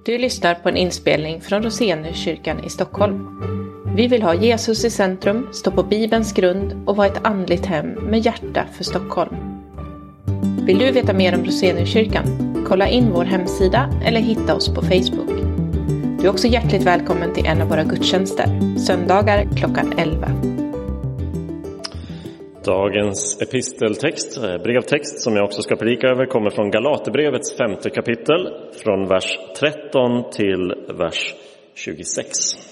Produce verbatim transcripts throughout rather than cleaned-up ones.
Du lyssnar på en inspelning från Roseniuskyrkan i Stockholm. Vi vill ha Jesus i centrum, stå på Bibelns grund och vara ett andligt hem med hjärta för Stockholm. Vill du veta mer om Roseniuskyrkan? Kolla in vår hemsida eller hitta oss på Facebook. Du är också hjärtligt välkommen till en av våra gudstjänster, söndagar klockan elva. Dagens episteltext, brevtext som jag också ska predika över, kommer från Galaterbrevets femte kapitel, från vers tretton till vers tjugosex.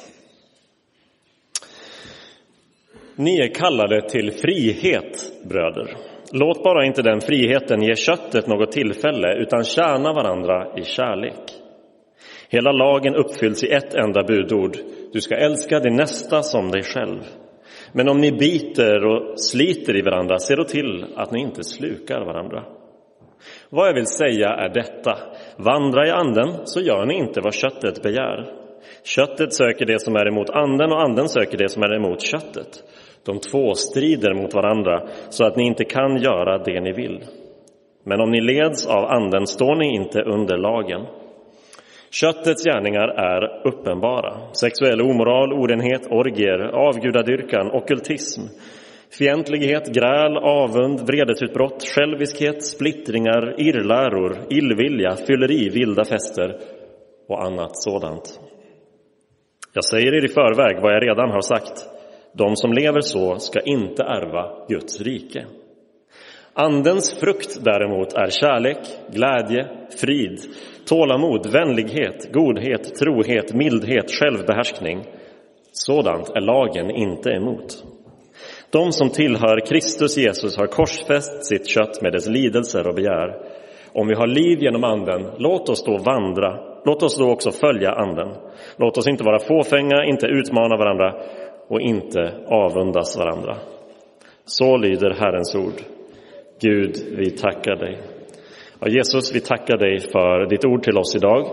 Ni är kallade till frihet, bröder. Låt bara inte den friheten ge köttet något tillfälle, utan tjäna varandra i kärlek. Hela lagen uppfylls i ett enda budord: du ska älska din nästa som dig själv. Men om ni biter och sliter i varandra, se då till att ni inte slukar varandra. Vad jag vill säga är detta: vandra i anden, så gör ni inte vad köttet begär. Köttet söker det som är emot anden, och anden söker det som är emot köttet. De två strider mot varandra, så att ni inte kan göra det ni vill. Men om ni leds av anden står ni inte under lagen. Köttets gärningar är uppenbara: sexuell omoral, orenhet, orgier, avgudadyrkan, ockultism, fientlighet, gräl, avund, vredesutbrott, själviskhet, splittringar, irrläror, illvilja, fylleri, vilda fester och annat sådant. Jag säger er i förväg vad jag redan har sagt: de som lever så ska inte ärva Guds rike. Andens frukt däremot är kärlek, glädje, frid, tålamod, vänlighet, godhet, trohet, mildhet, självbehärskning. Sådant är lagen inte emot. De som tillhör Kristus Jesus har korsfäst sitt kött med dess lidelser och begär. Om vi har liv genom anden, låt oss då vandra. Låt oss då också följa anden. Låt oss inte vara fåfänga, inte utmana varandra och inte avundas varandra. Så lyder Herrens ord. Gud, vi tackar dig. Ja, Jesus, vi tackar dig för ditt ord till oss idag.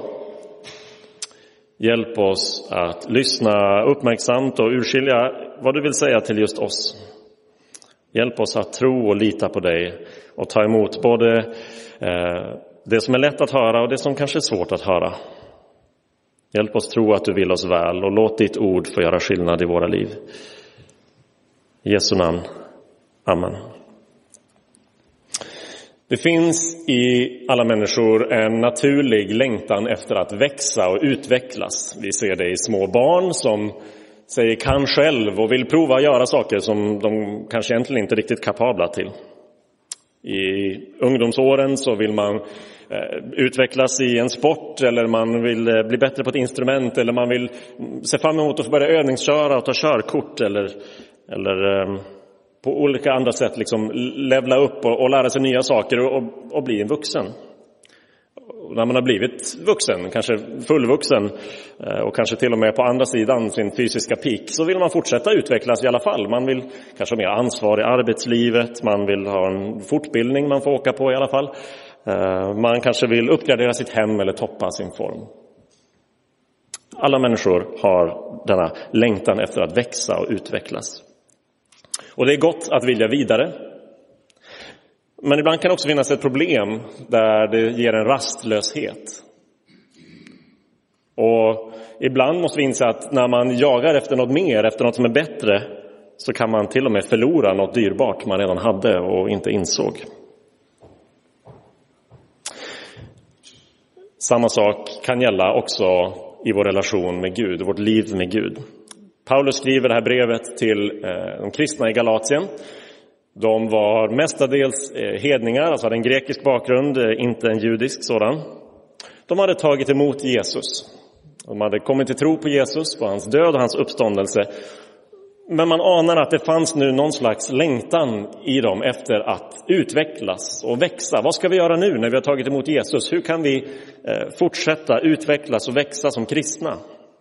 Hjälp oss att lyssna uppmärksamt och urskilja vad du vill säga till just oss. Hjälp oss att tro och lita på dig och ta emot både eh, det som är lätt att höra och det som kanske är svårt att höra. Hjälp oss tro att du vill oss väl, och låt ditt ord få göra skillnad i våra liv. I Jesu namn. Amen. Det finns i alla människor en naturlig längtan efter att växa och utvecklas. Vi ser det i små barn som säger kan själv och vill prova att göra saker som de kanske egentligen inte är riktigt kapabla till. I ungdomsåren så vill man eh, utvecklas i en sport, eller man vill eh, bli bättre på ett instrument, eller man vill se fram emot att få börja övningsköra och ta körkort, eller, eller eh, på olika andra sätt liksom levla upp och, och lära sig nya saker och, och, och bli en vuxen. Och när man har blivit vuxen, kanske fullvuxen eh, och kanske till och med på andra sidan sin fysiska peak, så vill man fortsätta utvecklas i alla fall. Man vill kanske ha mer ansvar i arbetslivet, man vill ha en fortbildning man får åka på i alla fall. Eh, man kanske vill uppgradera sitt hem eller toppa sin form. Alla människor har denna längtan efter att växa och utvecklas. Och det är gott att vilja vidare. Men ibland kan det också finnas ett problem där det ger en rastlöshet. Och ibland måste vi inse att när man jagar efter något mer, efter något som är bättre, så kan man till och med förlora något dyrbart man redan hade och inte insåg. Samma sak kan gälla också i vår relation med Gud, vårt liv med Gud. Paulus skriver det här brevet till de kristna i Galatien. De var mestadels hedningar, alltså hade en grekisk bakgrund, inte en judisk sådan. De hade tagit emot Jesus. De hade kommit till tro på Jesus, på hans död och hans uppståndelse. Men man anar att det fanns nu någon slags längtan i dem efter att utvecklas och växa. Vad ska vi göra nu när vi har tagit emot Jesus? Hur kan vi fortsätta utvecklas och växa som kristna?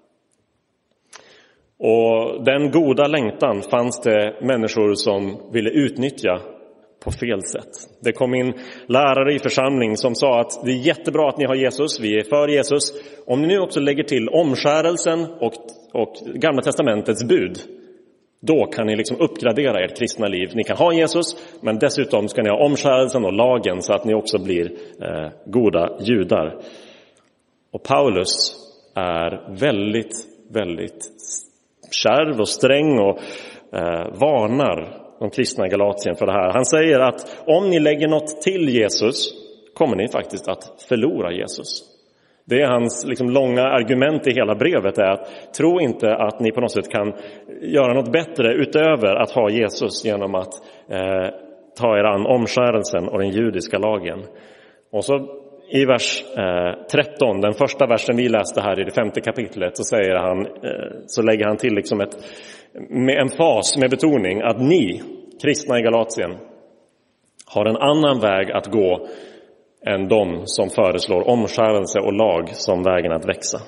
Och den goda längtan fanns det människor som ville utnyttja på fel sätt. Det kom in lärare i församling som sa att det är jättebra att ni har Jesus, vi är för Jesus. Om ni nu också lägger till omskärelsen och, och Gamla testamentets bud, då kan ni liksom uppgradera ert kristna liv. Ni kan ha Jesus, men dessutom ska ni ha omskärelsen och lagen så att ni också blir eh, goda judar. Och Paulus är väldigt, väldigt kärv och sträng och eh, varnar de kristna i Galatien för det här. Han säger att om ni lägger något till Jesus kommer ni faktiskt att förlora Jesus. Det är hans liksom långa argument i hela brevet, är att tro inte att ni på något sätt kan göra något bättre utöver att ha Jesus genom att eh, ta er an omskärelsen och den judiska lagen. Och så i vers eh, tretton, den första versen vi läste här i det femte kapitlet, så säger han, eh, så lägger han till liksom ett, med en fas, med betoning, att ni, kristna i Galatien, har en annan väg att gå än de som föreslår omskärelse och lag som vägen att växa.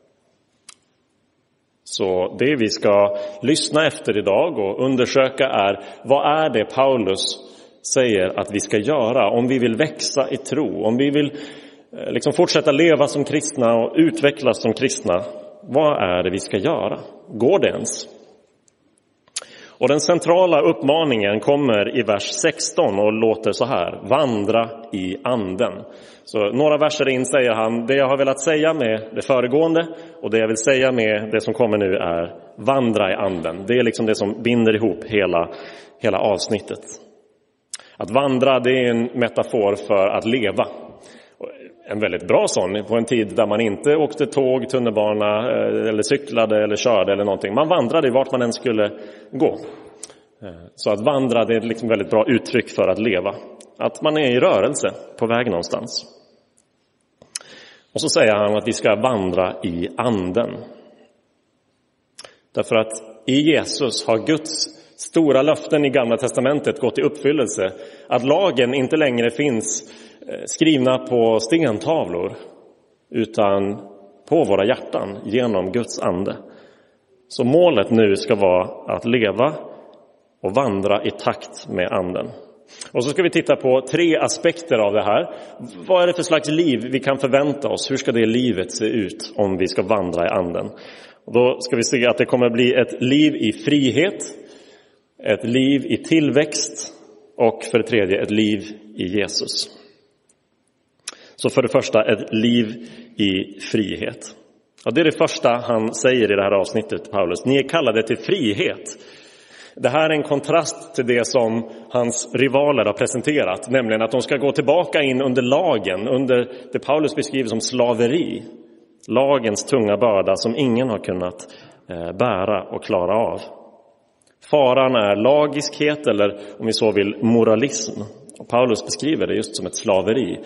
Så det vi ska lyssna efter idag och undersöka är, vad är det Paulus säger att vi ska göra om vi vill växa i tro, om vi vill liksom fortsätta leva som kristna och utvecklas som kristna. Vad är det vi ska göra? Går det ens? Och den centrala uppmaningen kommer i vers sexton och låter så här: vandra i anden. Så några verser in säger han, det jag har velat säga med det föregående och det jag vill säga med det som kommer nu är vandra i anden. Det är liksom det som binder ihop hela, hela avsnittet. Att vandra, det är en metafor för att leva. En väldigt bra sån på en tid där man inte åkte tåg, tunnelbana eller cyklade eller körde eller någonting. Man vandrade vart man än skulle gå. Så att vandra, det är liksom väldigt bra uttryck för att leva. Att man är i rörelse, på väg någonstans. Och så säger han att vi ska vandra i anden. Därför att i Jesus har Guds stora löften i Gamla testamentet gått i uppfyllelse. Att lagen inte längre finns skrivna på stentavlor utan på våra hjärtan genom Guds ande. Så målet nu ska vara att leva och vandra i takt med anden. Och så ska vi titta på tre aspekter av det här. Vad är det för slags liv vi kan förvänta oss? Hur ska det livet se ut om vi ska vandra i anden? Och då ska vi se att det kommer bli ett liv i frihet, ett liv i tillväxt och för det tredje ett liv i Jesus. Så för det första ett liv i frihet. Och det är det första han säger i det här avsnittet, Paulus. Ni är kallade till frihet. Det här är en kontrast till det som hans rivaler har presenterat. Nämligen att de ska gå tillbaka in under lagen, under det Paulus beskriver som slaveri. Lagens tunga börda som ingen har kunnat bära och klara av. Faran är lagiskhet eller om vi så vill moralism. Och Paulus beskriver det just som ett slaveri.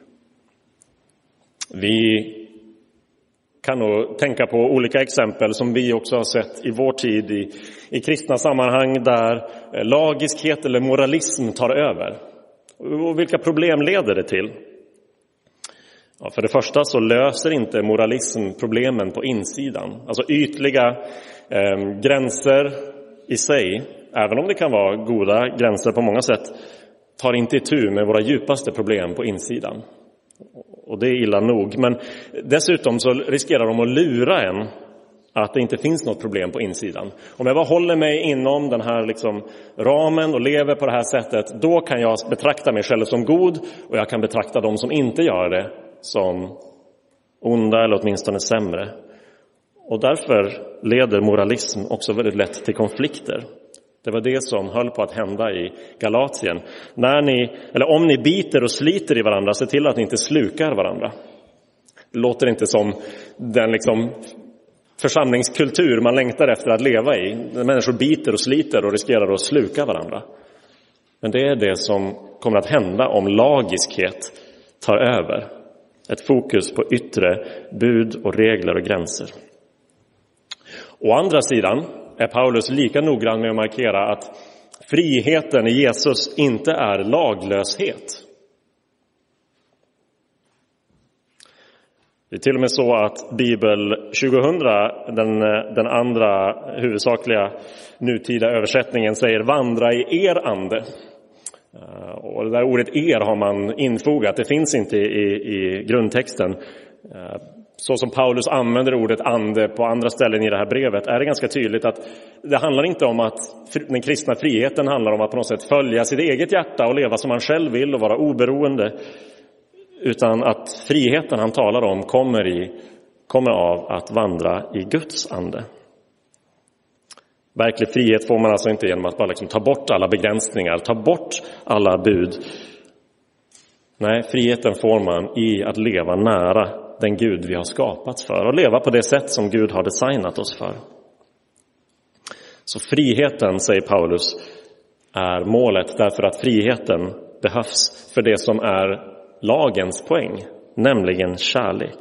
Vi kan nog tänka på olika exempel som vi också har sett i vår tid i, i kristna sammanhang där lagiskhet eller moralism tar över. Och vilka problem leder det till? Ja, för det första så löser inte moralism problemen på insidan. Alltså ytliga eh, gränser i sig, även om det kan vara goda gränser på många sätt, tar inte itu med våra djupaste problem på insidan. Och det är illa nog. Men dessutom så riskerar de att lura en att det inte finns något problem på insidan. Om jag bara håller mig inom den här liksom ramen och lever på det här sättet, då kan jag betrakta mig själv som god och jag kan betrakta de som inte gör det som onda eller åtminstone sämre. Och därför leder moralism också väldigt lätt till konflikter. Det var det som höll på att hända i Galatien. När ni, eller om ni biter och sliter i varandra, se till att ni inte slukar varandra. Det låter inte som den liksom församlingskultur man längtar efter att leva i. När människor biter och sliter och riskerar att sluka varandra. Men det är det som kommer att hända om lagiskhet tar över. Ett fokus på yttre bud och regler och gränser. Å andra sidan är Paulus lika noggrann med att markera att friheten i Jesus inte är laglöshet. Det är till och med så att Bibel tjugohundra, den, den andra huvudsakliga nutida översättningen, säger vandra i er ande. Och det där ordet er har man infogat, det finns inte i, i grundtexten. Så som Paulus använder ordet ande på andra ställen i det här brevet är det ganska tydligt att det handlar inte om att den kristna friheten handlar om att på något sätt följa sitt eget hjärta och leva som man själv vill och vara oberoende. utan att friheten han talar om kommer, i, kommer av att vandra i Guds ande. Verklig frihet får man alltså inte genom att bara liksom ta bort alla begränsningar, ta bort alla bud. Nej, friheten får man i att leva nära den Gud vi har skapats för och leva på det sätt som Gud har designat oss för. Så friheten, säger Paulus, är målet därför att friheten behövs för det som är lagens poäng, nämligen kärlek.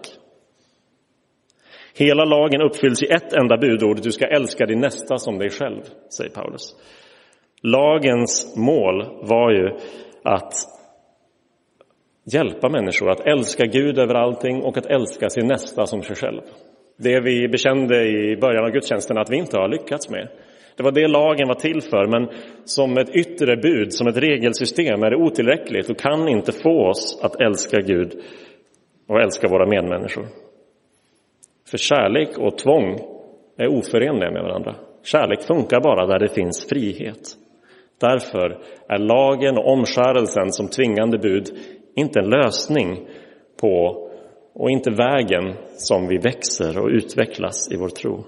Hela lagen uppfylls i ett enda budord: du ska älska din nästa som dig själv, säger Paulus. Lagens mål var ju att hjälpa människor att älska Gud över allting och att älska sin nästa som sig själv. Det vi bekände i början av gudstjänsten att vi inte har lyckats med. Det var det lagen var till för, men som ett yttre bud, som ett regelsystem är det otillräckligt och kan inte få oss att älska Gud och älska våra medmänniskor. För kärlek och tvång är oförenliga med varandra. Kärlek funkar bara där det finns frihet. Därför är lagen och omskärelsen som tvingande bud inte en lösning på och inte vägen som vi växer och utvecklas i vår tro.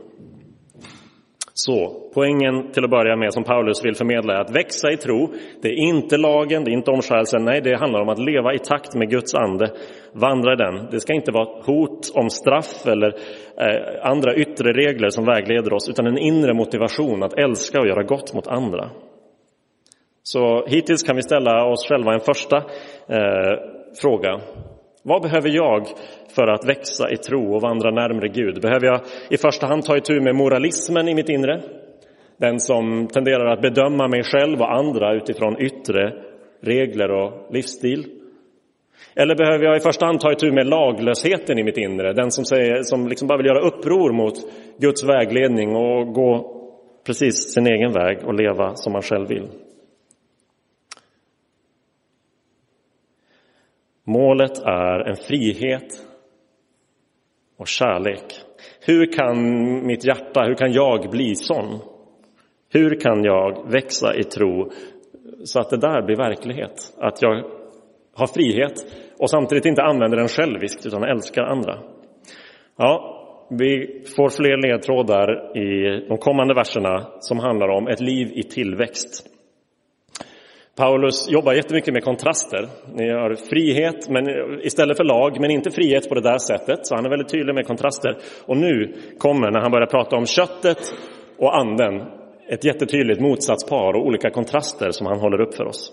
Så poängen till att börja med som Paulus vill förmedla är att växa i tro. Det är inte lagen, det är inte omskärelsen. Nej, det handlar om att leva i takt med Guds ande. Vandra i den. Det ska inte vara hot om straff eller eh, andra yttre regler som vägleder oss, utan en inre motivation att älska och göra gott mot andra. Så hittills kan vi ställa oss själva en första eh, fråga. Vad behöver jag för att växa i tro och vandra närmare Gud? Behöver jag i första hand ta itu med moralismen i mitt inre? Den som tenderar att bedöma mig själv och andra utifrån yttre regler och livsstil. Eller behöver jag i första hand ta itu med laglösheten i mitt inre? Den som, säger, som liksom bara vill göra uppror mot Guds vägledning och gå precis sin egen väg och leva som man själv vill. Målet är en frihet och kärlek. Hur kan mitt hjärta, hur kan jag bli sån? Hur kan jag växa i tro så att det där blir verklighet? Att jag har frihet och samtidigt inte använder den själviskt utan älskar andra. Ja, vi får fler ledtrådar i de kommande verserna som handlar om ett liv i tillväxt. Paulus jobbar jättemycket med kontraster. Ni har frihet men istället för lag, men inte frihet på det där sättet. Så han är väldigt tydlig med kontraster. Och nu kommer, när han börjar prata om köttet och anden, ett jättetydligt motsatspar och olika kontraster som han håller upp för oss.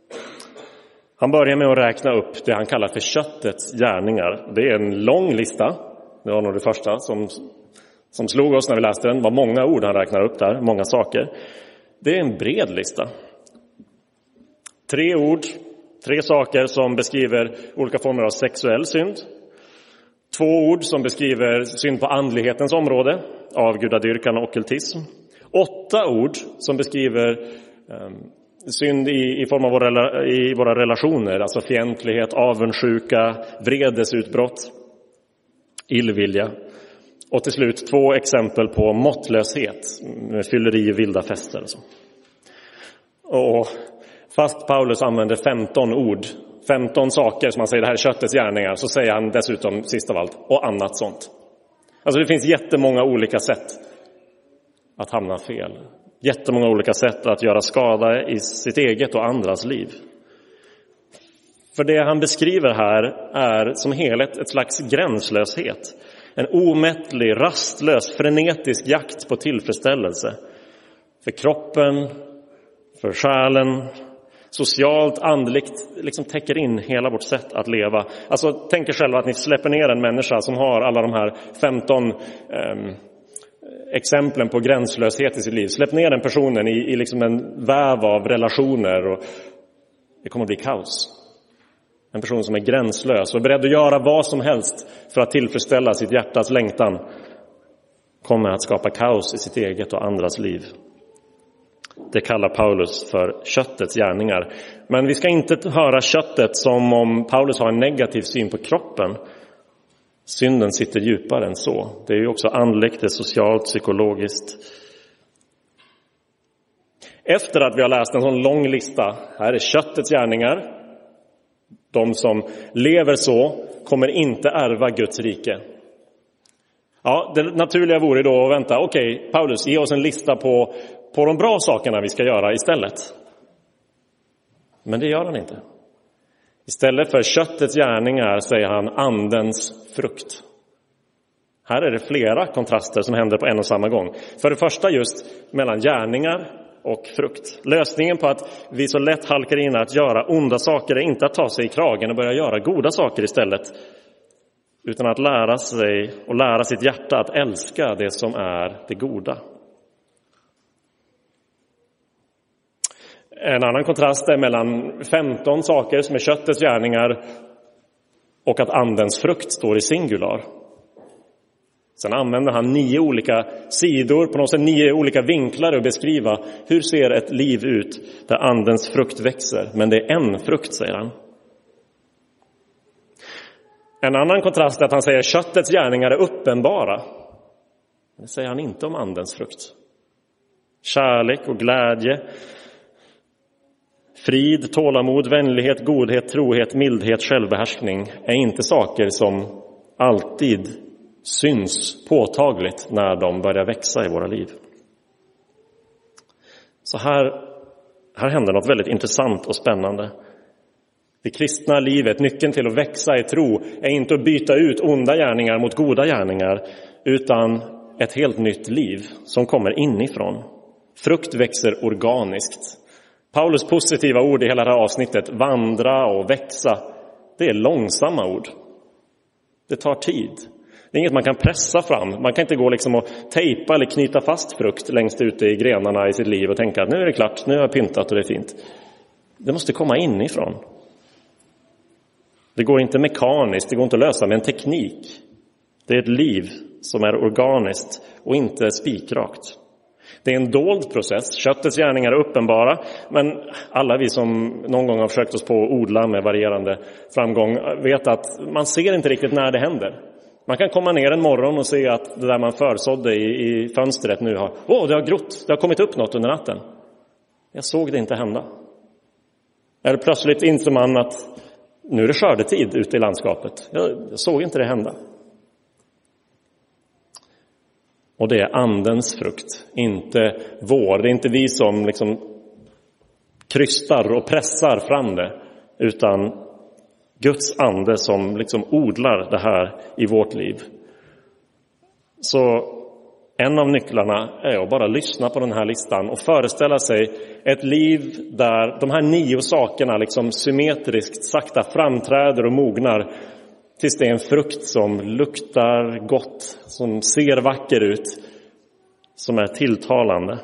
Han börjar med att räkna upp det han kallar för köttets gärningar. Det är en lång lista. Det var nog det första som, som slog oss när vi läste den. Det var många ord han räknar upp där, många saker. Det är en bred lista. Tre ord, tre saker som beskriver olika former av sexuell synd. Två ord som beskriver synd på andlighetens område, avgudadyrkan och ockultism. Åtta ord som beskriver um, synd i, i form av våra, i våra relationer, alltså fientlighet, avundsjuka, vredesutbrott, illvilja. Och till slut två exempel på måttlöshet, med fylleri, vilda fester och så. Och fast Paulus använder femton ord, femton saker som man säger det här är köttets gärningar, så säger han dessutom sist av allt och annat sånt. Alltså det finns jättemånga olika sätt att hamna fel. Jättemånga olika sätt att göra skada i sitt eget och andras liv. För det han beskriver här är som helhet ett slags gränslöshet. En omättlig, rastlös, frenetisk jakt på tillfredsställelse. För kroppen, för själen, socialt, andligt, liksom täcker in hela vårt sätt att leva. Alltså tänk er själva att ni släpper ner en människa som har alla de här femton eh, exemplen på gränslöshet i sitt liv. Släpp ner den personen i, i liksom en väv av relationer och det kommer att bli kaos. En person som är gränslös och är beredd att göra vad som helst för att tillfredsställa sitt hjärtas längtan kommer att skapa kaos i sitt eget och andras liv. Det kallar Paulus för köttets gärningar. Men vi ska inte höra köttet som om Paulus har en negativ syn på kroppen. Synden sitter djupare än så. Det är ju också andligt, det är socialt, psykologiskt. Efter att vi har läst en sån lång lista, här är köttets gärningar. De som lever så kommer inte ärva Guds rike. Ja, det naturliga vore då att vänta. Okej, Paulus, ge oss en lista på, på de bra sakerna vi ska göra istället. Men det gör han inte. Istället för köttets gärningar säger han andens frukt. Här är det flera kontraster som händer på en och samma gång. För det första just mellan gärningar och frukt. Lösningen på att vi så lätt halkar in att göra onda saker är inte att ta sig i kragen och börja göra goda saker istället. Utan att lära sig och lära sitt hjärta att älska det som är det goda. En annan kontrast är mellan femton saker som är köttets gärningar och att andens frukt står i singular. Sen använder han nio olika sidor, på något sätt nio olika vinklar att beskriva hur ser ett liv ut där andens frukt växer. Men det är en frukt, säger han. En annan kontrast är att han säger att köttets gärningar är uppenbara. Det säger han inte om andens frukt. Kärlek och glädje, frid, tålamod, vänlighet, godhet, trohet, mildhet, självbehärskning är inte saker som alltid syns påtagligt när de börjar växa i våra liv. Så här, här händer något väldigt intressant och spännande. Det kristna livet, nyckeln till att växa i tro, är inte att byta ut onda gärningar mot goda gärningar, utan ett helt nytt liv som kommer inifrån. Frukt växer organiskt. Paulus positiva ord i hela det här avsnittet, vandra och växa, det är långsamma ord. Det tar tid. Det är inget man kan pressa fram. Man kan inte gå liksom och tejpa eller knyta fast frukt längst ute i grenarna i sitt liv och tänka att nu är det klart, nu har jag pyntat och det är fint. Det måste komma inifrån. Det går inte mekaniskt, det går inte att lösa med en teknik. Det är ett liv som är organiskt och inte spikrakt. Det är en dold process. Köttets gärningar är uppenbara, men alla vi som någon gång har försökt oss på att odla med varierande framgång vet att man ser inte riktigt när det händer. Man kan komma ner en morgon och se att det där man försådde i, i fönstret nu har, åh, det har grott, det har kommit upp något under natten. Jag såg det inte hända. Eller plötsligt inser man att nu är det skördetid ute i landskapet. Jag, jag såg inte det hända. Och det är andens frukt, inte vår. Det är inte vi som liksom krystar och pressar fram det, utan Guds ande som liksom odlar det här i vårt liv. Så en av nycklarna är att bara lyssna på den här listan och föreställa sig ett liv där de här nio sakerna liksom symmetriskt sakta framträder och mognar tills det är en frukt som luktar gott, som ser vacker ut, som är tilltalande.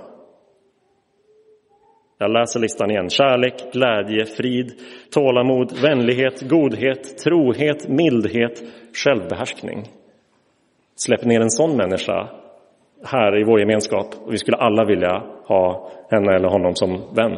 Jag läser listan igen. Kärlek, glädje, frid, tålamod, vänlighet, godhet, trohet, mildhet, självbehärskning. Släpp ner en sån människa här i vår gemenskap och vi skulle alla vilja ha henne eller honom som vän.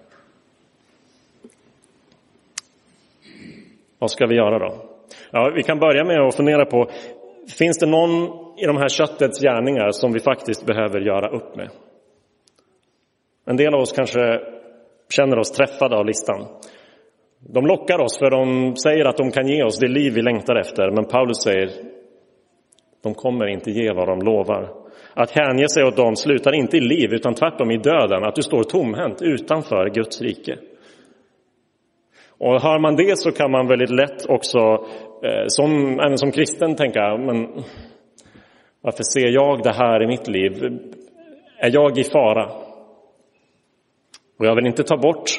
Vad ska vi göra då? Ja, vi kan börja med att fundera på, finns det någon i de här köttets gärningar som vi faktiskt behöver göra upp med? En del av oss kanske känner oss träffade av listan. De lockar oss för de säger att de kan ge oss det liv vi längtar efter. Men Paulus säger, de kommer inte ge vad de lovar. Att hänge sig åt dem slutar inte i liv utan tvärtom i döden. Att du står tomhänt utanför Guds rike. Och hör man det så kan man väldigt lätt också, eh, som, även som kristen, tänka, men varför ser jag det här i mitt liv? Är jag i fara? Och jag vill inte ta bort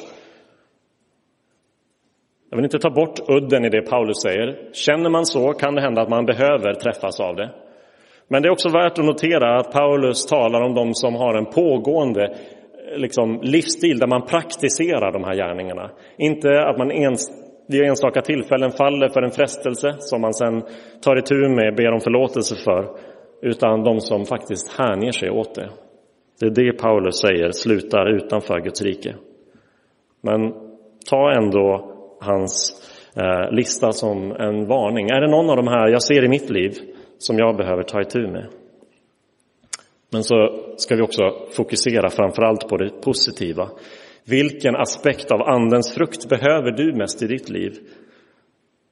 jag vill inte ta bort udden i det Paulus säger. Känner man så kan det hända att man behöver träffas av det. Men det är också värt att notera att Paulus talar om de som har en pågående liksom, livsstil där man praktiserar de här gärningarna. Inte att man ens, vid enstaka tillfällen faller för en frestelse som man sen tar itu med, ber om förlåtelse för, utan de som faktiskt hänger sig åt det. Det är det Paulus säger slutar utanför Guds rike. Men ta ändå hans eh, lista som en varning. Är det någon av de här jag ser i mitt liv som jag behöver ta itu med? Men så ska vi också fokusera framförallt på det positiva. Vilken aspekt av andens frukt behöver du mest i ditt liv?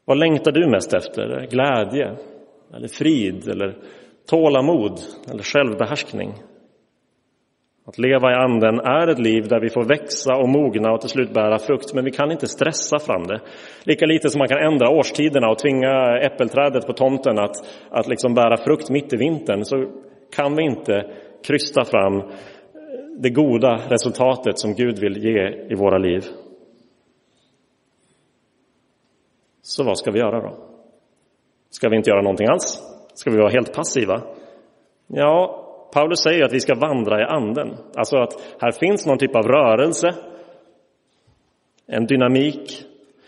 Vad längtar du mest efter? Glädje, eller frid, eller tålamod, eller självbehärskning? Att leva i anden är ett liv där vi får växa och mogna och till slut bära frukt, men vi kan inte stressa fram det. Lika lite som man kan ändra årstiderna och tvinga äppelträdet på tomten att, att liksom bära frukt mitt i vintern, så kan vi inte krysta fram det goda resultatet som Gud vill ge i våra liv. Så vad ska vi göra då? Ska vi inte göra någonting alls? Ska vi vara helt passiva? Ja, Paulus säger att vi ska vandra i anden. Alltså att här finns någon typ av rörelse, en dynamik,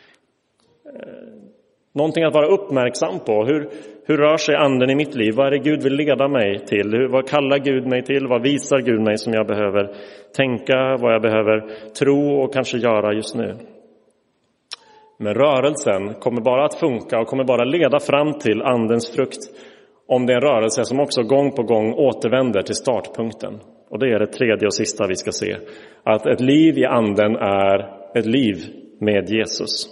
någonting att vara uppmärksam på. Hur, hur rör sig anden i mitt liv? Vad är det Gud vill leda mig till? Hur, vad kallar Gud mig till? Vad visar Gud mig som jag behöver tänka? Vad jag behöver tro och kanske göra just nu? Men rörelsen kommer bara att funka och kommer bara leda fram till andens frukt om det är en rörelse som också gång på gång återvänder till startpunkten. Och det är det tredje och sista vi ska se. Att ett liv i anden är ett liv med Jesus.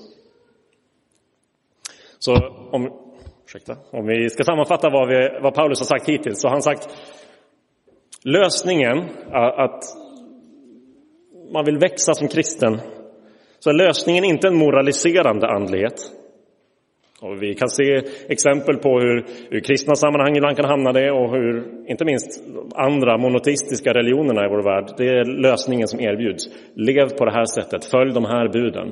Så om, ursäkta, om vi ska sammanfatta vad, vi, vad Paulus har sagt hittills, så har han sagt lösningen att man vill växa som kristen. Så är lösningen inte en moraliserande andlighet. Och vi kan se exempel på hur, hur kristna sammanhang ibland kan hamna det, och hur inte minst andra monoteistiska religionerna i vår värld. Det är lösningen som erbjuds. Lev på det här sättet, följ de här buden.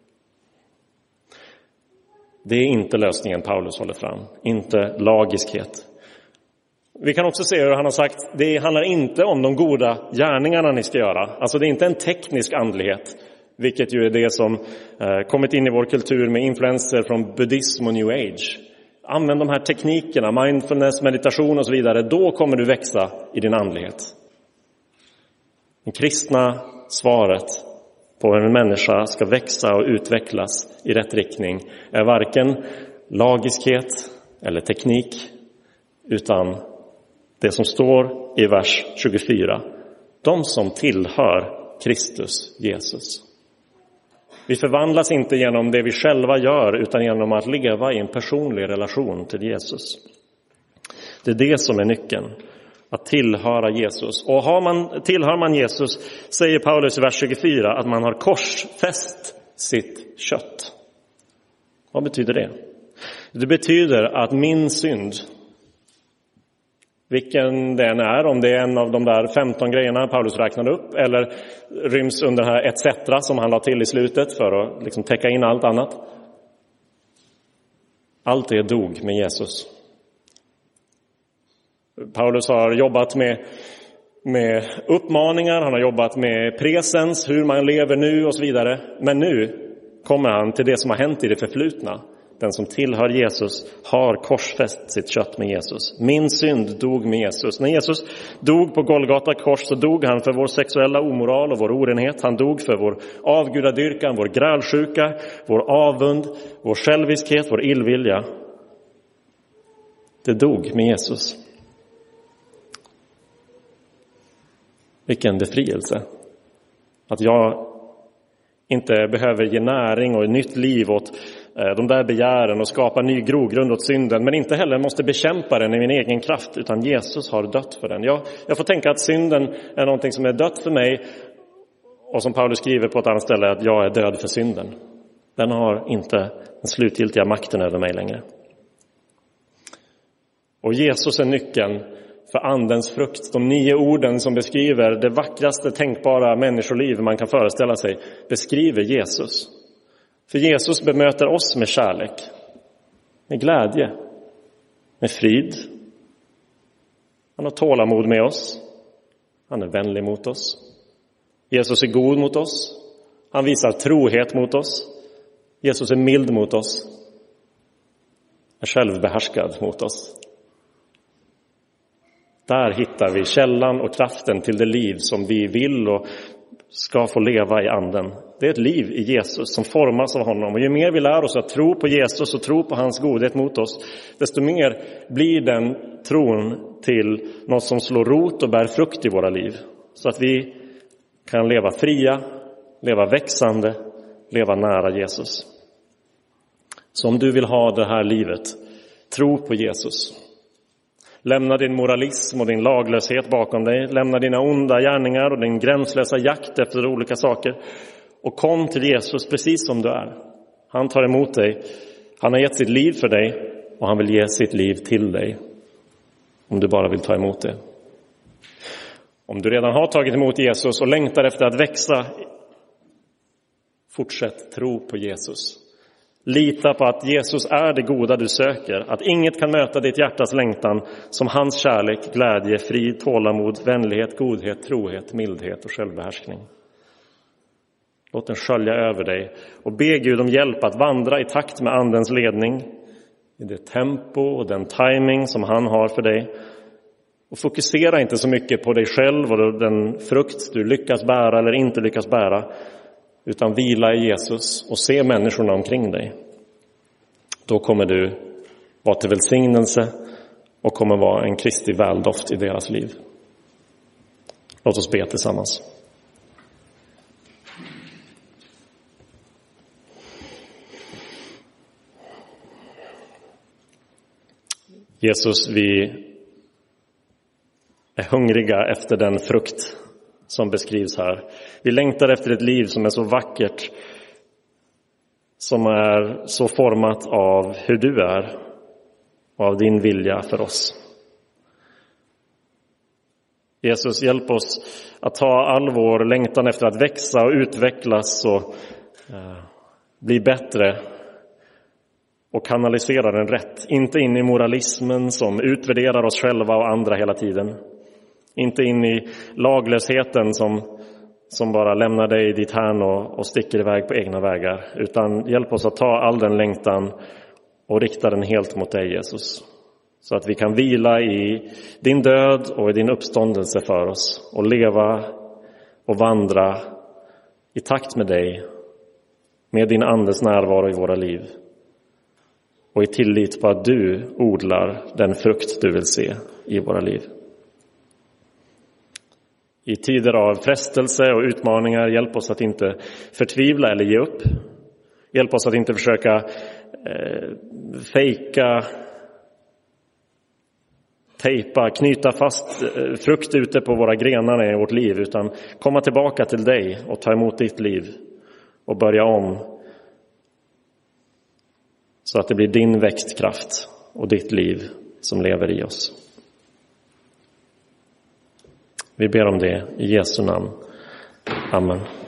Det är inte lösningen Paulus håller fram, inte lagiskhet. Vi kan också se hur han har sagt, det handlar inte om de goda gärningarna ni ska göra. Alltså det är inte en teknisk andlighet, vilket ju är det som eh, kommit in i vår kultur med influenser från buddhism och new age. Använd de här teknikerna, mindfulness, meditation och så vidare, då kommer du växa i din andlighet. Det kristna svaret på hur en människa ska växa och utvecklas i rätt riktning är varken lagiskhet eller teknik, utan det som står i vers tjugofyra. De som tillhör Kristus Jesus. Vi förvandlas inte genom det vi själva gör, utan genom att leva i en personlig relation till Jesus. Det är det som är nyckeln. Att tillhöra Jesus. Och har man, tillhör man Jesus, säger Paulus i vers tjugofyra, att man har korsfäst sitt kött. Vad betyder det? Det betyder att min synd, vilken den är, om det är en av de där femton grejerna Paulus räknade upp, eller ryms under den här et cetera som han la till i slutet för att liksom täcka in allt annat. Allt det dog med Jesus. Paulus har jobbat med, med uppmaningar, han har jobbat med presens, hur man lever nu och så vidare. Men nu kommer han till det som har hänt i det förflutna. Den som tillhör Jesus har korsfäst sitt kött med Jesus. Min synd dog med Jesus. När Jesus dog på Golgata kors, så dog han för vår sexuella omoral och vår orenhet. Han dog för vår avgudadyrkan, vår grälsjuka, vår avund, vår själviskhet, vår illvilja. Det dog med Jesus. Vilken befrielse. Att jag inte behöver ge näring och ett nytt liv åt de där begären och skapa ny grogrund åt synden, men inte heller måste bekämpa den i min egen kraft, utan Jesus har dött för den. Jag, jag får tänka att synden är någonting som är dött för mig, och som Paulus skriver på ett annat ställe, att jag är död för synden. Den har inte den slutgiltiga makten över mig längre. Och Jesus är nyckeln för andens frukt. De nio orden som beskriver det vackraste tänkbara människoliv man kan föreställa sig beskriver Jesus. För Jesus bemöter oss med kärlek, med glädje, med frid. Han har tålamod med oss. Han är vänlig mot oss. Jesus är god mot oss. Han visar trohet mot oss. Jesus är mild mot oss. Är självbehärskad mot oss. Där hittar vi källan och kraften till det liv som vi vill och ska få leva i anden. Det är ett liv i Jesus som formas av honom. Och ju mer vi lär oss att tro på Jesus och tro på hans godhet mot oss, desto mer blir den tron till något som slår rot och bär frukt i våra liv. Så att vi kan leva fria, leva växande, leva nära Jesus. Så om du vill ha det här livet, tro på Jesus. Lämna din moralism och din laglöshet bakom dig. Lämna dina onda gärningar och din gränslösa jakt efter olika saker. Och kom till Jesus precis som du är. Han tar emot dig. Han har gett sitt liv för dig och han vill ge sitt liv till dig. Om du bara vill ta emot det. Om du redan har tagit emot Jesus och längtar efter att växa, fortsätt tro på Jesus. Lita på att Jesus är det goda du söker. Att inget kan möta ditt hjärtas längtan som hans kärlek, glädje, frid, tålamod, vänlighet, godhet, trohet, mildhet och självbehärskning. Låt den skölja över dig och be Gud om hjälp att vandra i takt med andens ledning. I det tempo och den timing som han har för dig. Och fokusera inte så mycket på dig själv och den frukt du lyckas bära eller inte lyckas bära. Utan vila i Jesus och se människorna omkring dig. Då kommer du vara till välsignelse och kommer vara en Kristi väldoft i deras liv. Låt oss be tillsammans. Jesus, vi är hungriga efter den frukt som beskrivs här. Vi längtar efter ett liv som är så vackert, som är så format av hur du är och av din vilja för oss. Jesus, hjälp oss att ta all vår längtan efter att växa och utvecklas och eh, bli bättre och kanalisera den rätt. Inte in i moralismen som utvärderar oss själva och andra hela tiden. Inte in i laglösheten som, som bara lämnar dig dit här och, och sticker iväg på egna vägar. Utan hjälp oss att ta all den längtan och rikta den helt mot dig, Jesus. Så att vi kan vila i din död och i din uppståndelse för oss. Och leva och vandra i takt med dig. Med din andes närvaro i våra liv. Och i tillit på att du odlar den frukt du vill se i våra liv. I tider av frestelse och utmaningar, hjälp oss att inte förtvivla eller ge upp. Hjälp oss att inte försöka eh, fejka, tejpa, knyta fast eh, frukt ute på våra grenar i vårt liv. Utan komma tillbaka till dig och ta emot ditt liv och börja om. Så att det blir din växtkraft och ditt liv som lever i oss. Vi ber om det i Jesu namn. Amen.